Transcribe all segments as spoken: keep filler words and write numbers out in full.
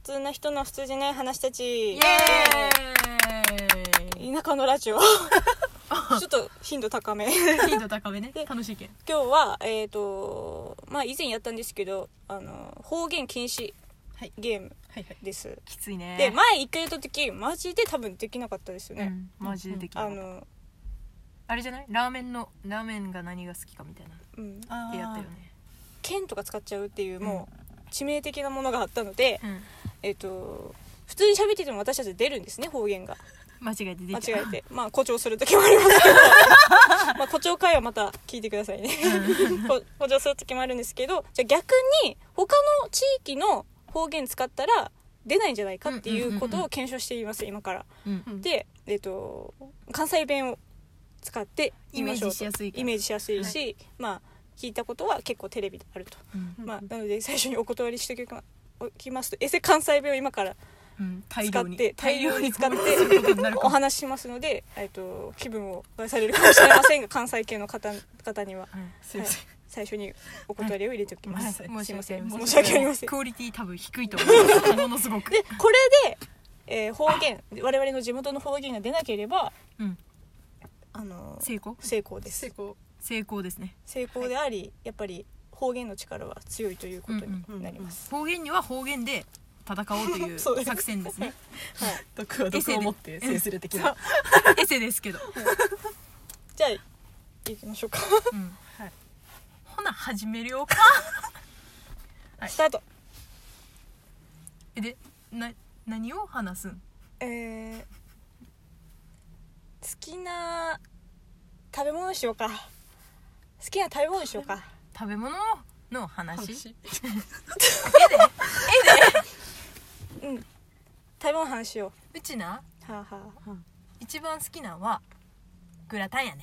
通な人の普通じゃない話たち。 イエーイ。 田舎のラジオちょっと頻度高め頻度高めね。楽しいけん。 今日はえっ、ー、とまあ以前やったんですけど、あの方言禁止ゲームです、はいはいはい、 きついね。 で前一回やった時マジで多分できなかったですよね、 うん、マジでできなかった、うん、あのあれじゃない、ラーメンのラーメンが何が好きかみたいな、うん、ってやったよね。 剣とか使っちゃうっていうもう致命的なものがあったので、うん、えっ、ー、と普通に喋ってても私たち出るんですね、方言が間違えて出ちゃう。 間違えてまあ誇張する時もありますけどまあ誇張回はまた聞いてくださいね誇張する時もあるんですけど、じゃあ逆に他の地域の方言使ったら出ないんじゃないかっていうことを検証しています、今から、うんうん、で、えーと、関西弁を使ってイメージしやすいから、 イメージしやすいし、はい、まあ聞いたことは結構テレビであると、うん、まあ、なので最初にお断りしておきますと、エセ関西弁を今から使って大量に使ってお話ししますので、えっと気分を害されるかもしれませんが関西系の方方には、うん、すいません、はい、最初にお断りを入れておきます、はい、すいません、申し訳ありません。 クオリティ多分低いと思いますものすごく。 でこれで、えー、方言我々の地元の方言が出なければ、うん、あの成功成功です。 成功成功ですね。 成功であり、はい、やっぱり方言の力は強いということになります、 うんうんうん、方言には方言で戦おうという作戦ですね。 はい、毒は毒を持って制する的なエセですけど、はい、 じゃあ行きましょうか、うん、 はい、ほな始めるよかはい、スタート。 えでな何を話すん？ えー、好きな食べ物にしようか。好きな食べ物にしようか。 食べ物の話？えでえでうん、食べ物の話しよう。うちな、はあはあ、 うん、一番好きなのはグラタンやね。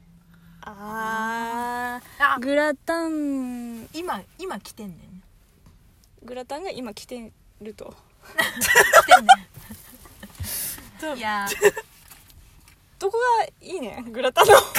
あー、グラタン今今来てんねん。 グラタンが今来てると来てんねんいやどこがいいねんグラタンのどこ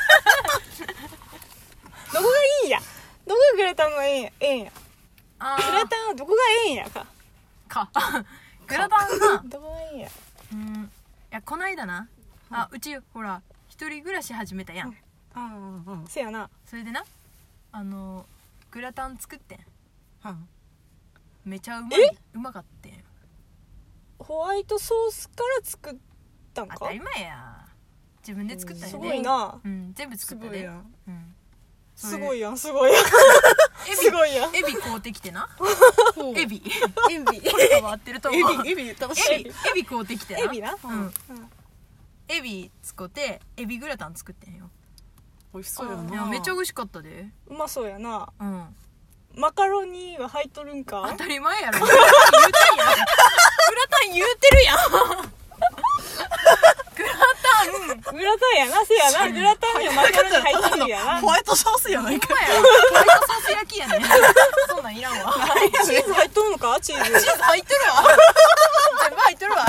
がいいんや、どこがグラタンのええんや、ええんやあグラタンはどこがええんやかかグラタンがどこがいいんや。 うん、いやこないだな、うん、あうちほら一人暮らし始めたやん、うん、 ああ、うん、せやな。 それでなあのグラタン作ってん、うん、めちゃうまいうまかってん。 ホワイトソースから作ったんか。 当たり前や、自分で作ったんやで。 すごいな、 うん、全部作ったで。すごいやん、うん、 すごいやんすごいやんすごいやん。 エビ買うてきてなエビエビこれは合ってると思う。 エビエビ楽しい。 エビエビ買うてきてな。 エビな、うん、うん、 エビ使ってエビグラタン作ってんよ。 美味しそうやな。 いやめっちゃ美味しかったで。 うまそうやな。 うん。 マカロニは入っとるんか。 当たり前やろ。言うてんやん。グラタン言うてるやん。グラタングラタンやな、せやな。グラタンにはマカロニ入ってるやな。 ホワイトソースやないか。 ホワイトソース焼きやね。そんなんいらんわ。 チーズ入っとるのか、チーズ。 チーズ入っとるわ。全部入っとるわ。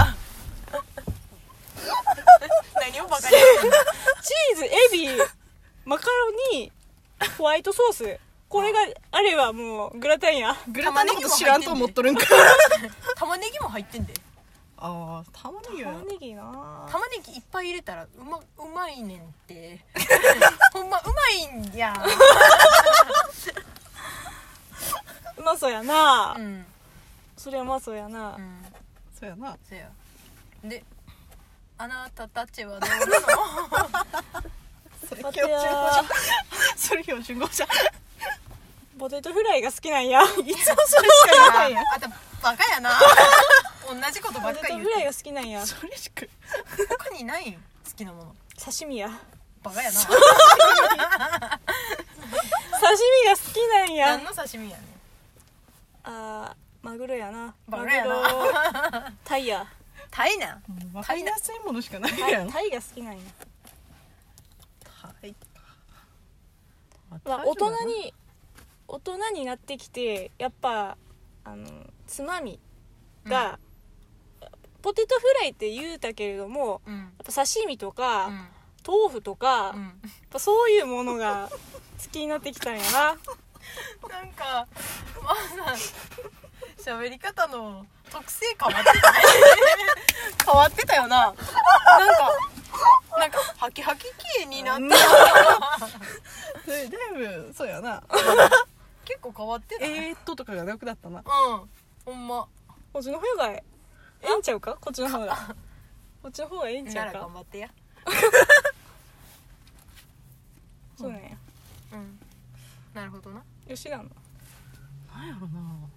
何をバカにしてんの。 チーズ、エビ、マカロニ、ホワイトソース。これがあればもうグラタンや。 グラタンのこと知らんと思っとるんか。 玉ねぎも入ってんで。 ああ、玉ねぎは玉ねぎな。 玉ねぎいっぱい入れたらうまうまいねんってほんまうまいんやうまそうやな、 うん、 それはうまそうやな、 うん、そうやな。 そうやで、あなたたちはどうなのそれ標準語じゃそれ標準語じゃポテトフライが好きなんや。いつもそれしか言わないやん。あんたバカやな同じことばっかり言うて。ポテトフライが好きなんや。 それしか他にないん好きなもの。 刺身や。 バカやな刺身が好きなんや。 何の刺身やねん。 あー、マグロやな。 バカやなタイや。 タイな分かりやすいものしかないやん。 タイが好きなんや。 タイか、 まあ、大人に大人になってきてやっぱあのつまみが、うん、ポテトフライって言うたけれども、うん、やっぱ刺身とか、うん、豆腐とか、うん、やっぱそういうものが好きになってきたんやな。 なんかまあさ喋り方の特性変わってたね変わってたよな。なんかなんかハキハキ系になったそれだいぶそうやな結構変わってたね。 えーっととかがなくなったな。 うんほんま。 こっちの方がええんちゃうか。こっちの方がこっちの方がええんちならゃうか。 頑張ってや。 そうなんや。 うんなるほどな。 吉田のなんやろ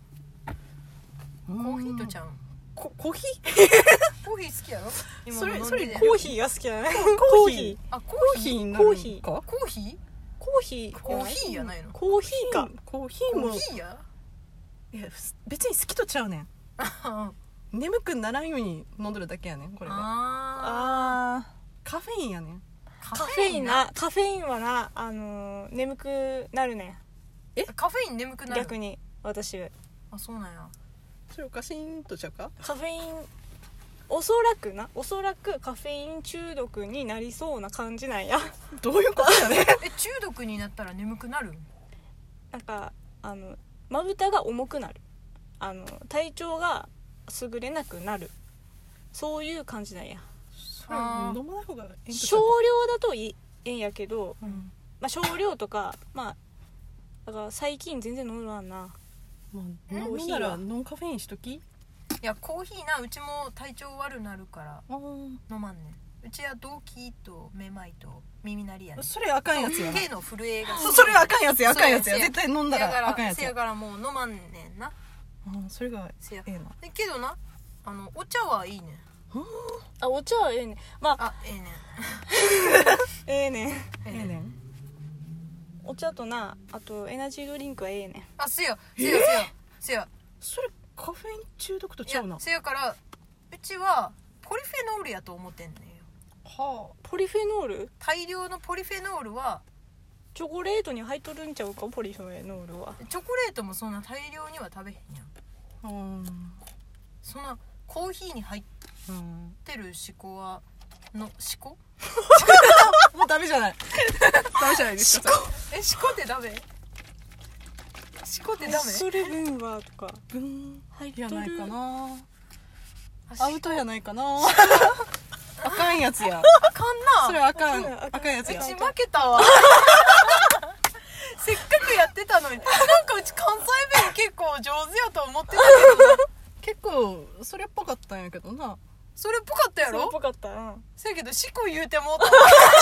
な。 コーヒーとちゃんココーヒコーヒー好きやろ。今それも飲んでるやんコーヒーが好きだね。 コーヒーあコーーヒーヒーになるコーヒーか。 コーヒーコーヒーコーヒーやないの。 コーヒーか。 コーヒーコもーヒーやいや別に好きとちゃうねん。眠くならんように飲んでるだけやねんこれは。 ああカフェインやねん。 ーーカフェインなカフェインはなあのー眠くなるねカフェイン眠くなる。 逆に私あそうなんや。 それおかしいんとちゃうか。 カフェインおそらくなおそらくカフェイン中毒になりそうな感じなんや。 どういうことやねん。 え中毒になったら眠くなる。 なんかあのまぶたが重くなる、あの体調が優れなくなる、そういう感じなんや。 それ飲まない方がいいんとちゃ少うか。 量だといいええんやけど、 うんまあ、少量とかまあだから最近全然飲まんな。 まあえ飲むならノンカフェインしとき。 いやコーヒーなうちも体調悪なるからあー飲まんねん。うちは動悸とめまいと耳鳴りやねん。 それあかんやつやな。 手の震えがそそれあかんやつやあかんやつや。 そうや絶対飲んだせやからあかんやつやせや。からもう飲まんねんな。 あーそれがせやええな。 でけどなあのお茶はいいねん。 あお茶はええねん。まああええねんええねん。 ええねんええねん。 お茶となあとエナジードリンクはええねん。 あせやせやせやせやそれカフェイン中毒といちゃうな。 やせやからうちはポリフェノールやと思ってんねんよ。 はポリフェノール大量のポリフェノールはチョコレートに入っとるんちゃうか。ポリフェノールはチョコレートもそんな大量には食べへんやん。 あ。うんそんなコーヒーに入っうん。 てる思考はの思考もうダメじゃない。ダメじゃないですか。 え思考ってダメ思考ってダメそれ分はとか分入っとるやないかな。 あアウトやないかな。あかんやつや。 あかんなそれあかんあかんあかんやつや。 うち負けたわせっかくやってたのになんかうち関西弁結構上手やと思ってたけどな。 結構それっぽかったんやけどな。 それっぽかったやそれっろ。 ぽかった。うんせやけど四股言うてもうた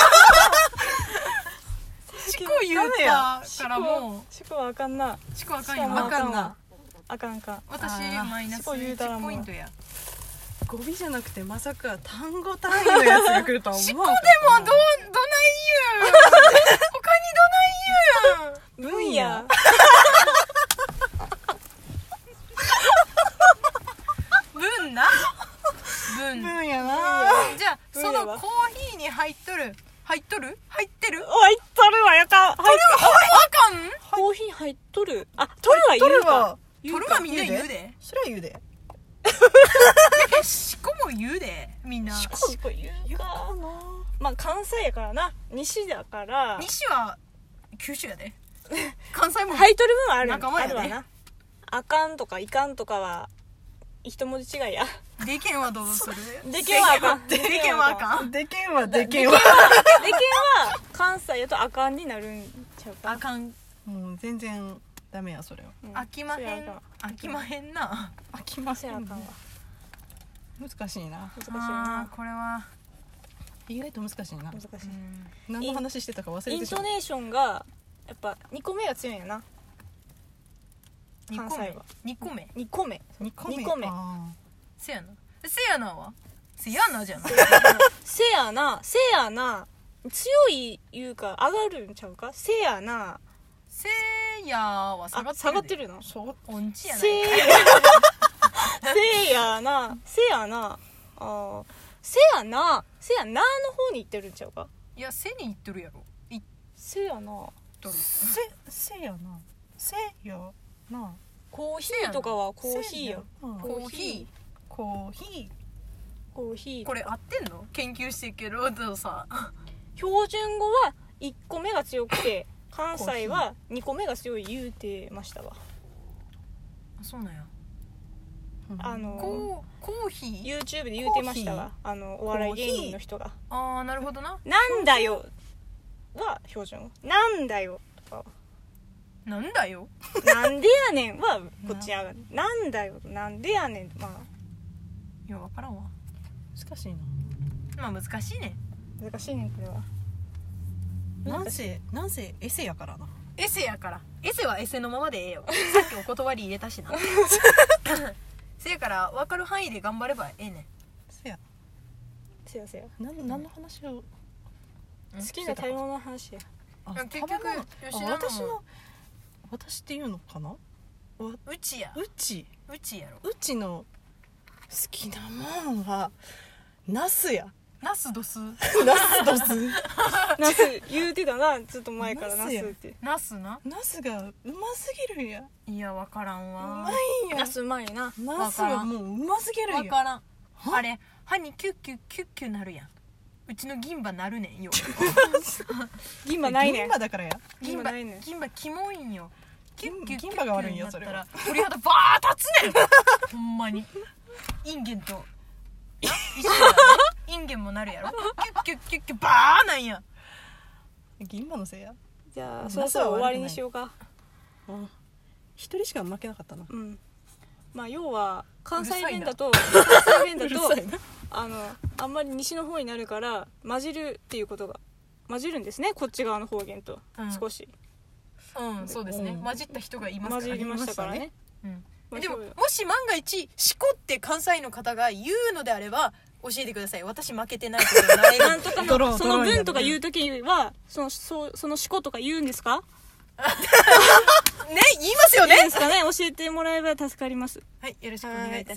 四股言うたからもうシコはあかんな。 四股あかんしかもよあかんな。 あかんあかん。 私あーマイナス四股言うたらもういちポイントや。 語尾じゃなくてまさか単語単位のやつが来るとは思四わ股でもんかったな。 どどない言う他にどない言う分野分な分分やな。 じゃあ分野はそのコーヒーに入っとる入っとる入ってるおいっとるわやかん。入っあかんコーヒー入っとる。あ取るは言うか。 取るわ。 取るはみんな言うでそれは言うで。 えしこも言うでみんなシコ言うかな。まあ関西やからな。西だから西は九州やで関西も入っとる分はある仲間やであるわな。あかんとかいかんとかは一文字違いや。 でけんはどうするでけんはあかん。 でけんはあかんでけんはでけんは。 でけんは関西やとあかんになるんちゃうか。 あかんもう全然ダメやそれは。 うん飽きまへんそれあかん飽きまへんな飽きませんそれあかんわ。 難しいな。 難しいあなー。これは意外と難しいな。 難しい。 何の話してたか忘れてしまう。 イントネーションがやっぱにこめが強いんやな。 にこめ関西はにこめにこめ二個目。 二個目あせやなせやなはせやなじゃないせやなせやな強い言うか上がるんちゃうか。せやなせやは下があってるで下がってるな。 ーそう。 音痴やないせかいせやなせやなあーせやなせやなの方に行ってるんちゃうか。 いやせにいってるやろいっせやなとるせせやな。せやな。 コーヒーとかはコーヒーや。 うんコーヒコーヒコーヒーーこれ合ってんの研究してるけどでもさ標準語はいっこめが強くて関西はにこめが強い言うてましたわ。 あそうなんやあのコーコーヒー YouTube で言うてましたわ、あのお笑い芸人の人が。 ああなるほどな。 なんだよは標準語、なんだよとかはなんだよなんでやねんはこっちやがる。なんだよなんでやねん、まあいや分からんわ。 難しいまあ難しいね。 難しいねんこれは。 ななんせなんせエセやからな。 エセやから。エセはエセのままでええよ。さっきお断り入れたしなせやから分かる範囲で頑張ればええねん。 せやせやせやな何の話を好きな食べ物の話や。 あ結局食べ物吉田のもあ私の私っていうのかな。わうちやうちうちやろ。 うちの好きなもんはナスや。 ナスドスナスドスナス言うてたな、ずっと前からナナスやスって。 ナスな。 ナスがうますぎるんや。 いや分からんうわ。 まいんや。 ナスうまいな。 ナスはもううますぎるんや。 分からん。あれ歯にキュッキュッキュッキュなるやん。うちの銀歯なるねんよ銀歯ないねん銀歯だからや。 銀歯銀歯ないねん。 銀歯キモいんよ。キュッキュッキュッキュ銀歯が悪いんになったやそれはら鳥肌バー立つねんほんまにインゲンとな一緒やね。インゲンもなるやろ。キュッキュッキュッキュッバーなんや。 銀歯のせいや。 じゃあナスそろそろは悪くない終わりにしようか。 うん一人しか負けなかったな。 うんまあ要は関西弁だとう関西弁だうるとさいな。 あのあんまり西の方になるから混じるっていうことが混じるんですね、こっち側の方言と、 うん少しうんそうですね。 うん混じった人がいますからね。 混じりましたからね。 うんまあでもそうよもし万が一しこって関西の方が言うのであれば教えてください。私負けてないことになれるなんとかドローのそのドローになる文とか言うときはそのそそのしことか言うんですか？ ね言いますよね。 言うんですかね、教えてもらえば助かります。 はいよろしくお願いいたします。